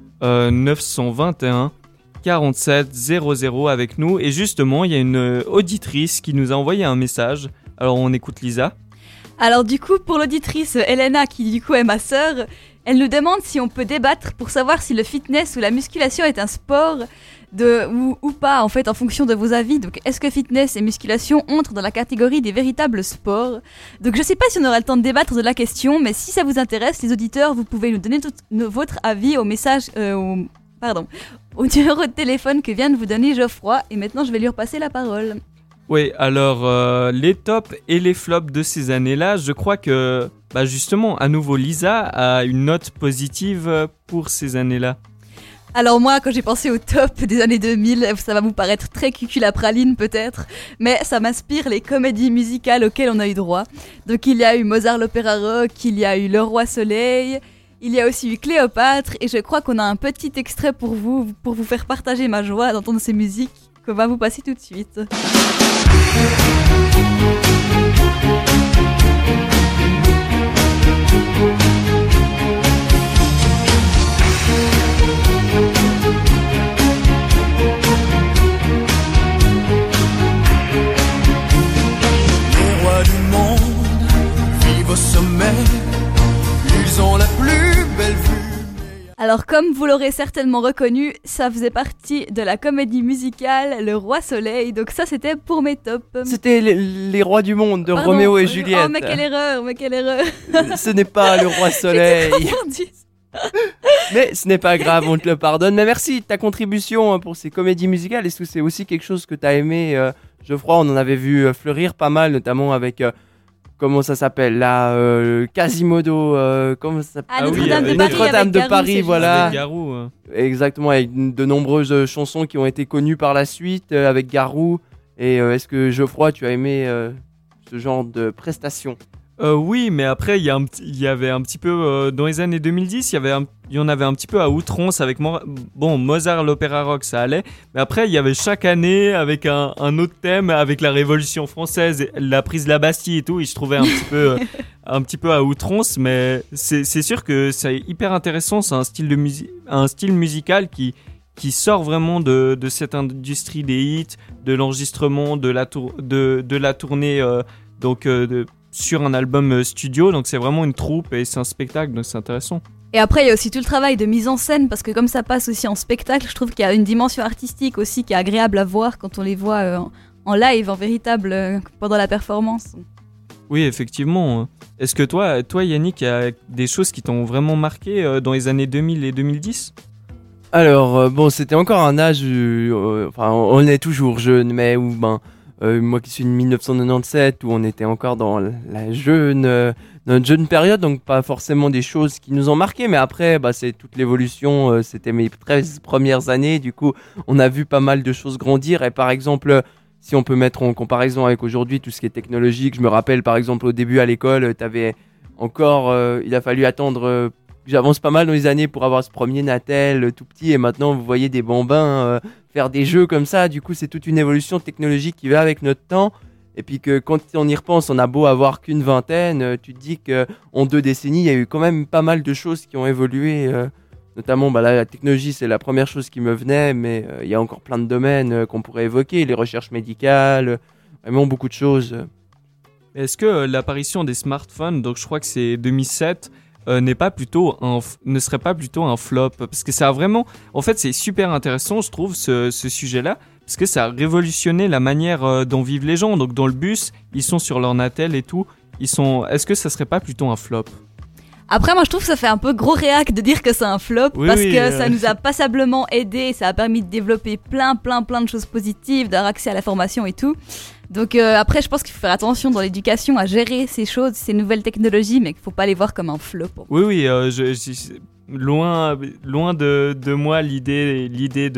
921 47 00 avec nous. Et justement, il y a une auditrice qui nous a envoyé un message. Alors, on écoute Lisa. Alors du coup, pour l'auditrice Elena, qui du coup est ma sœur, elle nous demande si on peut débattre pour savoir si le fitness ou la musculation est un sport ou pas, en fait, en fonction de vos avis. Donc, est-ce que fitness et musculation entrent dans la catégorie des véritables sports? Donc, je sais pas si on aura le temps de débattre de la question, mais si ça vous intéresse, les auditeurs, vous pouvez nous donner votre avis au message... au numéro de téléphone que vient de vous donner Geoffroy. Et maintenant, je vais lui repasser la parole. Oui, alors les tops et les flops de ces années-là, je crois que justement, à nouveau, Lisa a une note positive pour ces années-là. Alors moi, quand j'ai pensé au top des années 2000, ça va vous paraître très cuculapraline peut-être, mais ça m'inspire les comédies musicales auxquelles on a eu droit. Donc il y a eu Mozart l'Opéra Rock, il y a eu Le Roi Soleil, il y a aussi eu Cléopâtre, et je crois qu'on a un petit extrait pour vous faire partager ma joie d'entendre ces musiques qu'on va vous passer tout de suite. Les rois du monde vivent au sommet, ils ont la plus belle vue. Alors comme vous l'aurez certainement reconnu, ça faisait partie de la comédie musicale Le Roi Soleil, donc ça c'était pour mes tops. C'était les rois du monde de Pardon. Roméo et Juliette. Oh mais quelle erreur. Ce n'est pas le roi soleil. Mais ce n'est pas grave, on te le pardonne. Mais merci de ta contribution pour ces comédies musicales. Est-ce que c'est aussi quelque chose que tu as aimé, Geoffroy? On en avait vu fleurir pas mal, notamment avec... comment ça s'appelle là, Quasimodo, comment ça s'appelle? Notre-Dame de Paris, voilà. Avec Garou. Exactement, avec de nombreuses chansons qui ont été connues par la suite, avec Garou. Et est-ce que Geoffroy, tu as aimé ce genre de prestations? Oui, mais après, il y avait un petit peu... dans les années 2010, il y en avait un petit peu à outrance avec... Mozart, l'Opéra Rock, ça allait. Mais après, il y avait chaque année avec un autre thème, avec la Révolution française, la prise de la Bastille et tout. Et je trouvais un petit peu à outrance. Mais c'est sûr que c'est hyper intéressant. C'est un style musical qui sort vraiment de cette industrie des hits, de l'enregistrement, de la tournée... sur un album studio, donc c'est vraiment une troupe et c'est un spectacle, donc c'est intéressant. Et après, il y a aussi tout le travail de mise en scène, parce que comme ça passe aussi en spectacle, je trouve qu'il y a une dimension artistique aussi qui est agréable à voir quand on les voit en live, en véritable, pendant la performance. Oui, effectivement. Est-ce que toi Yannick, il y a des choses qui t'ont vraiment marqué dans les années 2000 et 2010 ? Alors, c'était encore un âge, on est toujours jeune, mais où, moi qui suis de 1997, où on était encore dans notre jeune période, donc pas forcément des choses qui nous ont marqué, mais après, c'est toute l'évolution, c'était mes 13 premières années, du coup, on a vu pas mal de choses grandir, et par exemple, si on peut mettre en comparaison avec aujourd'hui tout ce qui est technologique, je me rappelle par exemple au début à l'école, t'avais encore, il a fallu attendre... J'avance pas mal dans les années pour avoir ce premier Natel tout petit, et maintenant vous voyez des bambins faire des jeux comme ça. Du coup, c'est toute une évolution technologique qui va avec notre temps. Et puis que quand on y repense, on a beau avoir qu'une vingtaine, tu te dis qu'en 2 décennies, il y a eu quand même pas mal de choses qui ont évolué. Notamment, la technologie, c'est la première chose qui me venait, mais il y a encore plein de domaines qu'on pourrait évoquer. Les recherches médicales, vraiment beaucoup de choses. Est-ce que l'apparition des smartphones, donc je crois que c'est 2007... ne serait pas plutôt un flop, parce que ça a vraiment, en fait, c'est super intéressant, je trouve, ce sujet-là, parce que ça a révolutionné la manière dont vivent les gens. Donc dans le bus, ils sont sur leur Natel et tout, est-ce que ça serait pas plutôt un flop? Après, moi, je trouve que ça fait un peu gros réac de dire que c'est un flop, ça nous a passablement aidé, ça a permis de développer plein de choses positives, d'avoir accès à la formation et tout. Donc après, je pense qu'il faut faire attention dans l'éducation à gérer ces choses, ces nouvelles technologies, mais qu'il ne faut pas les voir comme un flop. Oui, loin de moi l'idée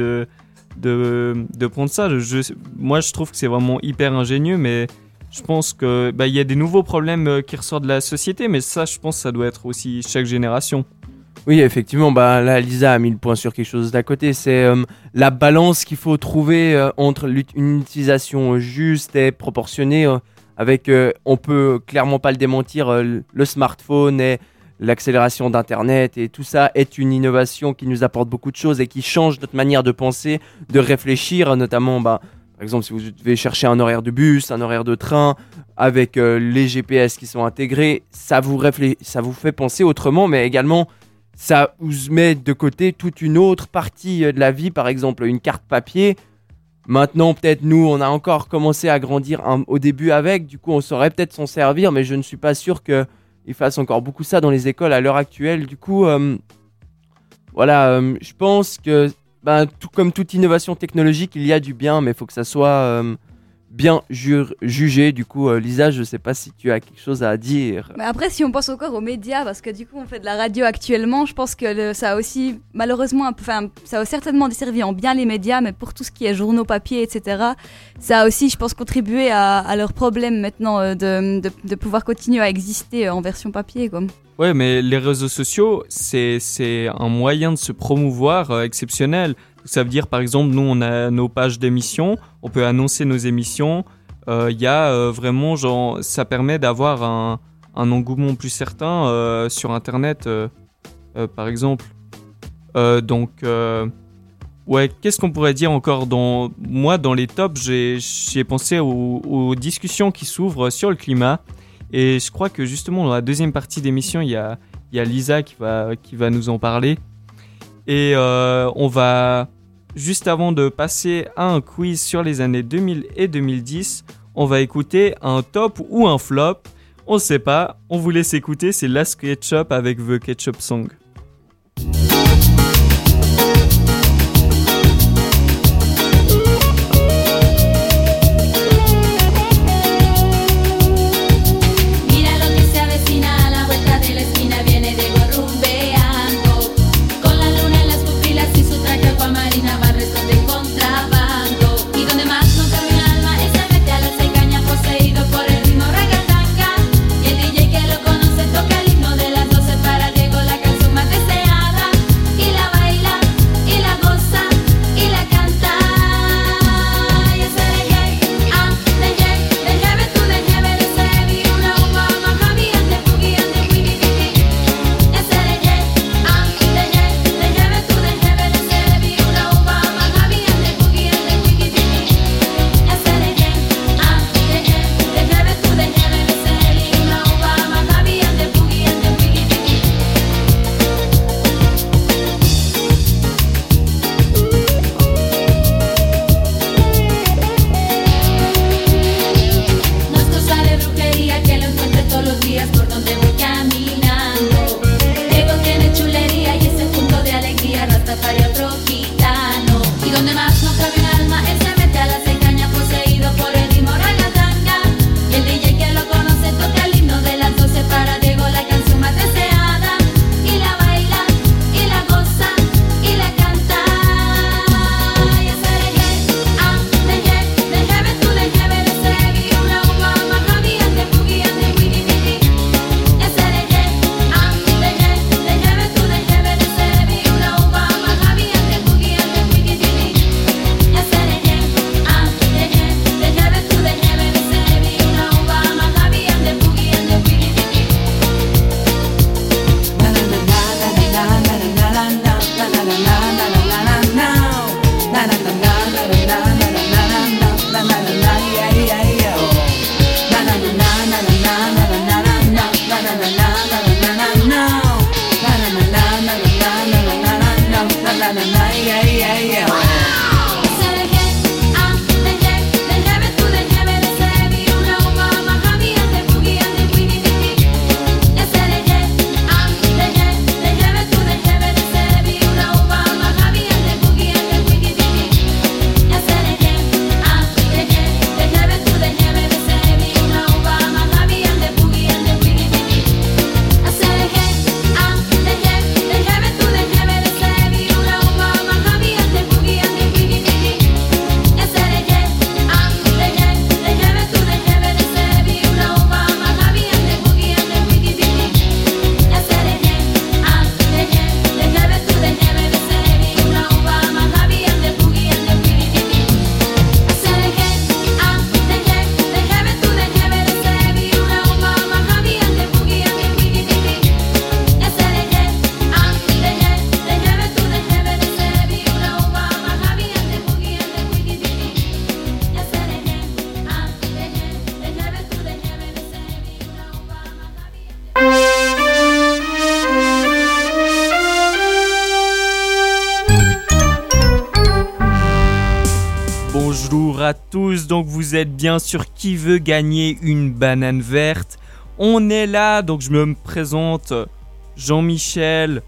de prendre ça. Moi, je trouve que c'est vraiment hyper ingénieux, mais je pense que y a des nouveaux problèmes qui ressortent de la société, mais ça, je pense que ça doit être aussi chaque génération. Oui, effectivement, là, Lisa a mis le point sur quelque chose d'à côté. C'est la balance qu'il faut trouver entre une utilisation juste et proportionnée. On peut clairement pas le démentir, le smartphone et l'accélération d'Internet et tout ça est une innovation qui nous apporte beaucoup de choses et qui change notre manière de penser, de réfléchir, notamment, par exemple, si vous devez chercher un horaire de bus, un horaire de train, avec les GPS qui sont intégrés, ça vous fait penser autrement, mais également ça vous met de côté toute une autre partie de la vie, par exemple une carte papier. Maintenant, peut-être nous, on a encore commencé à grandir au début avec, du coup on saurait peut-être s'en servir, mais je ne suis pas sûr qu'ils fassent encore beaucoup ça dans les écoles à l'heure actuelle. Du coup, je pense que comme toute innovation technologique, il y a du bien, mais il faut que ça soit bien jugé. Du coup, Lisa, je sais pas si tu as quelque chose à dire. Mais après, si on pense encore aux médias, parce que du coup, on fait de la radio actuellement, je pense que ça a aussi, malheureusement, ça a certainement desservi en bien les médias, mais pour tout ce qui est journaux papier, etc., ça a aussi, je pense, contribué à leur problème maintenant de pouvoir continuer à exister en version papier, quoi. Ouais, mais les réseaux sociaux, c'est un moyen de se promouvoir exceptionnel. Ça veut dire, par exemple, nous, on a nos pages d'émissions, on peut annoncer nos émissions. Il y a vraiment, ça permet d'avoir un engouement plus certain sur Internet, par exemple. Qu'est-ce qu'on pourrait dire encore dans les tops, j'ai pensé aux discussions qui s'ouvrent sur le climat. Et je crois que justement, dans la deuxième partie d'émission, il y a Lisa qui va nous en parler. Et on va, juste avant de passer à un quiz sur les années 2000 et 2010, on va écouter un top ou un flop. On ne sait pas, on vous laisse écouter, c'est Last Ketchup avec The Ketchup Song. Boogie bonjour à tous. Donc vous êtes bien sur Qui veut gagner une banane verte. On est là, donc je me présente Jean-Michel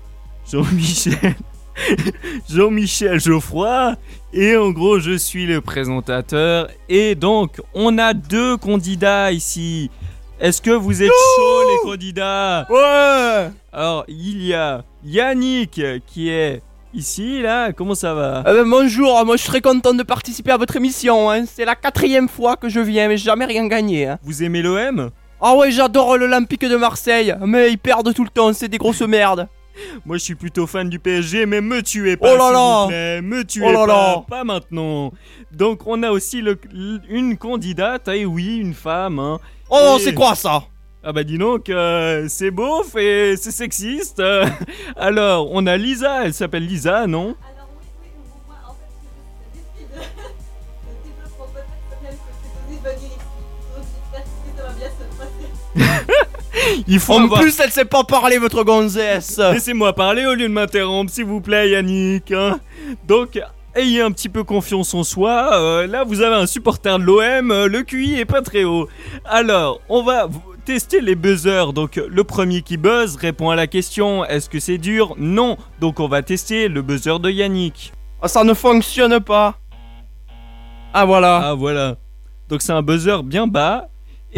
Geoffroy. Et en gros, je suis le présentateur. Et donc, on a 2 candidats ici. Est-ce que vous êtes chauds, les candidats? Ouais. Alors, il y a Yannick qui est ici, là. Comment ça va? Bonjour, moi je suis très content de participer à votre émission. Hein. C'est la 4e fois que je viens, mais j'ai jamais rien gagné. Hein. Vous aimez l'OM? Ah ouais, j'adore l'Olympique de Marseille, mais ils perdent tout le temps, c'est des grosses merdes. Moi je suis plutôt fan du PSG, mais me tuez pas, oh là s'il là. vous plaît. Me tuez pas maintenant. Donc on a aussi une candidate, et oui, une femme. Hein. Oh, c'est quoi ça? Ah bah dis donc, c'est beauf et c'est sexiste. Alors, on a Lisa, elle s'appelle Lisa, non? Alors oui, moi en fait, je décide le développement personnel que c'est Vanille. Donc j'espère que ça va bien se passer. Il faut en plus, elle sait pas parler, votre gonzesse. Laissez-moi parler au lieu de m'interrompre, s'il vous plaît, Yannick. Hein. Donc, ayez un petit peu confiance en soi. Là, vous avez un supporter de l'OM, le QI est pas très haut. Alors, on va tester les buzzers. Donc, le premier qui buzz répond à la question. Est-ce que c'est dur? Non. Donc, on va tester le buzzer de Yannick. Ah, ça ne fonctionne pas. Ah, voilà. Ah, voilà. Donc, c'est un buzzer bien bas. Et...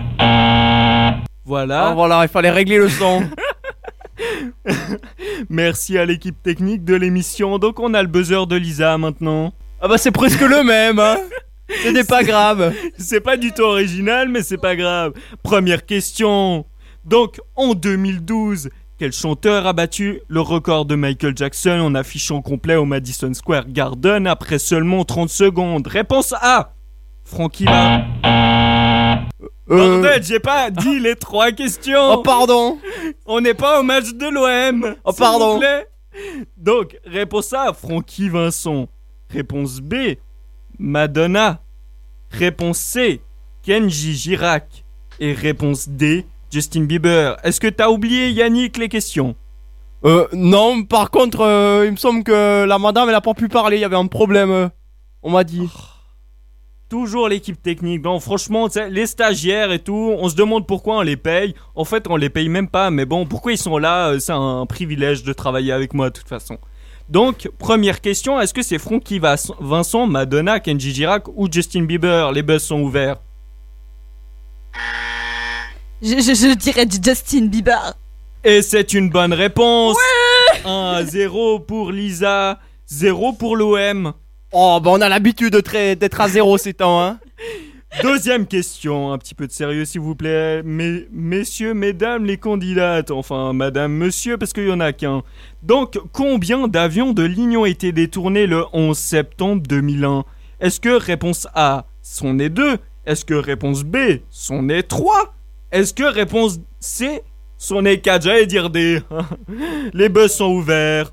voilà. Ah, voilà, il fallait régler le son. Merci à l'équipe technique de l'émission. Donc on a le buzzer de Lisa maintenant. Ah bah c'est presque le même, hein. Ce n'est pas grave. C'est pas du tout original, mais c'est pas grave. Première question. Donc en 2012, quel chanteur a battu le record de Michael Jackson en affichant complet au Madison Square Garden après seulement 30 secondes? Réponse A. Frankie Va. Bordel, j'ai pas dit les 3 questions. Oh pardon. On n'est pas au match de l'OM. Oh pardon. S'il vous plaît. Donc, réponse A, Francky Vincent. Réponse B, Madonna. Réponse C, Kenji Girac. Et réponse D, Justin Bieber. Est-ce que t'as oublié, Yannick, les questions? Non, par contre, il me semble que la madame, elle a pas pu parler, il y avait un problème, on m'a dit. Toujours l'équipe technique. Non, franchement, les stagiaires et tout, on se demande pourquoi on les paye. En fait, on les paye même pas, mais bon, pourquoi ils sont là? C'est un privilège de travailler avec moi, de toute façon. Donc, première question, est-ce que c'est Francky Vincent, Madonna, Kenji Girac ou Justin Bieber? Les buzz sont ouverts. Je dirais Justin Bieber. Et c'est une bonne réponse. Ouais. 1-0 pour Lisa, 0 pour l'OM. Oh, bah on a l'habitude d'être à 0 ces temps, hein. Deuxième question, un petit peu de sérieux s'il vous plaît. Messieurs, mesdames les candidates, enfin madame, monsieur, parce qu'il y en a qu'un. Donc, combien d'avions de ligne ont été détournés le 11 septembre 2001? Est-ce que réponse A, c'en est 2? Est-ce que réponse B, c'en est 3? Est-ce que réponse C, c'en est 4? J'allais dire D. Les buzz sont ouverts.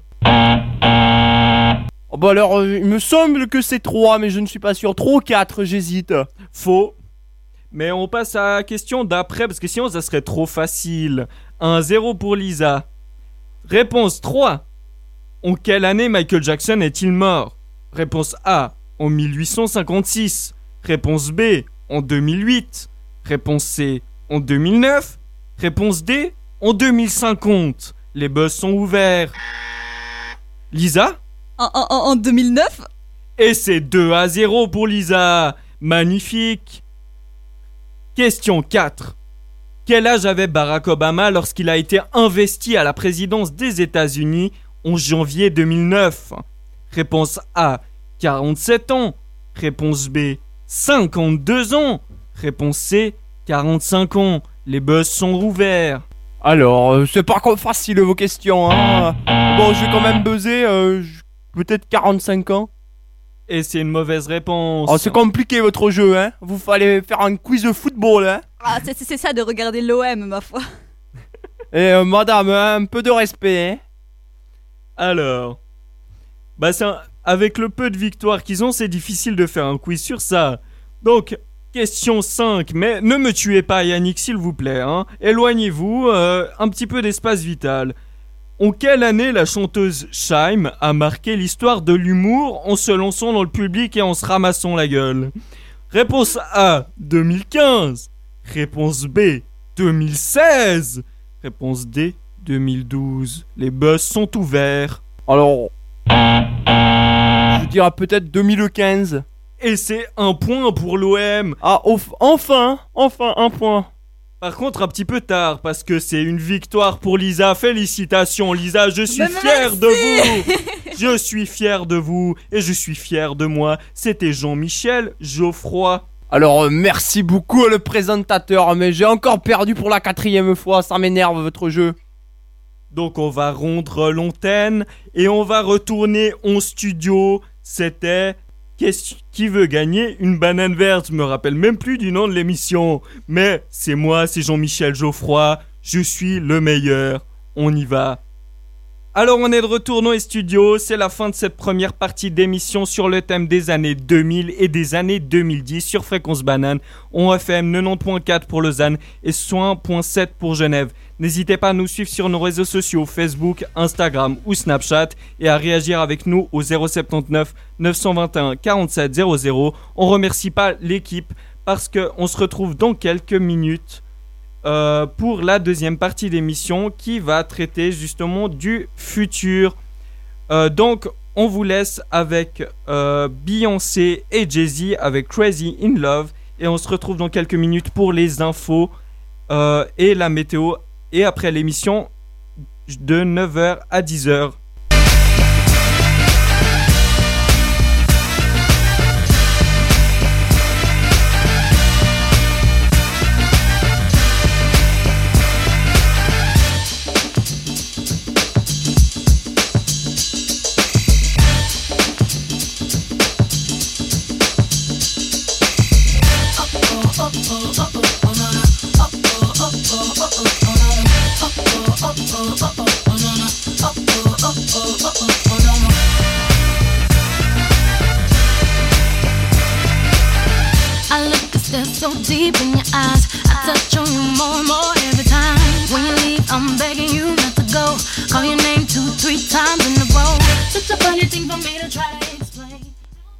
Oh bah alors, il me semble que c'est 3, mais je ne suis pas sûr. 3 ou 4, j'hésite. Faux. Mais on passe à la question d'après, parce que sinon ça serait trop facile. 1-0 pour Lisa. Réponse 3. En quelle année Michael Jackson est-il mort? Réponse A. En 1856. Réponse B. En 2008. Réponse C. En 2009. Réponse D. En 2050. Les buzz sont ouverts. Lisa? En 2009? Et c'est 2-0 pour Lisa. Magnifique. Question 4. Quel âge avait Barack Obama lorsqu'il a été investi à la présidence des États-Unis en janvier 2009? Réponse A, 47 ans. Réponse B, 52 ans. Réponse C, 45 ans. Les buzz sont ouverts. Alors, c'est pas facile vos questions, hein. Bon, je vais quand même buzzer, peut-être 45 ans. Et c'est une mauvaise réponse. Oh, c'est compliqué votre jeu, hein. Vous fallait faire un quiz de football, hein. Ah, c'est ça de regarder l'OM, ma foi. Et madame, hein, un peu de respect, hein. Alors, bah avec le peu de victoires qu'ils ont, c'est difficile de faire un quiz sur ça. Donc, question 5, mais ne me tuez pas Yannick s'il vous plaît, hein. Éloignez-vous, un petit peu d'espace vital. En quelle année la chanteuse Shaim a marqué l'histoire de l'humour en se lançant dans le public et en se ramassant la gueule? Réponse A, 2015. Réponse B, 2016. Réponse D, 2012. Les buzz sont ouverts. Alors, je dirais peut-être 2015. Et c'est un point pour l'OM. Ah, enfin un point. Par contre, un petit peu tard, parce que c'est une victoire pour Lisa. Félicitations, Lisa, je suis fier de vous. Je suis fier de vous, et je suis fier de moi. C'était Jean-Michel Geoffroy. Alors, merci beaucoup le présentateur, mais j'ai encore perdu pour la 4e fois, ça m'énerve votre jeu. Donc on va rendre l'antenne, et on va retourner en studio. C'était... Qui veut gagner une banane verte? Je me rappelle même plus du nom de l'émission. Mais c'est moi, c'est Jean-Michel Geoffroy. Je suis le meilleur. On y va. Alors on est de retour dans les studios. C'est la fin de cette première partie d'émission sur le thème des années 2000 et des années 2010 sur Fréquence Banane. On FM 90.4 pour Lausanne et 101.7 pour Genève. N'hésitez pas à nous suivre sur nos réseaux sociaux Facebook, Instagram ou Snapchat et à réagir avec nous au 079 921 47 00. On remercie pas l'équipe parce qu'on se retrouve dans quelques minutes pour la deuxième partie d'émission qui va traiter justement du futur. Donc on vous laisse avec Beyoncé et Jay-Z avec Crazy in Love et on se retrouve dans quelques minutes pour les infos et la météo. Et après l'émission de 9h à 10h. I look, 'cause they're so deep in your eyes. I touch on you more and more every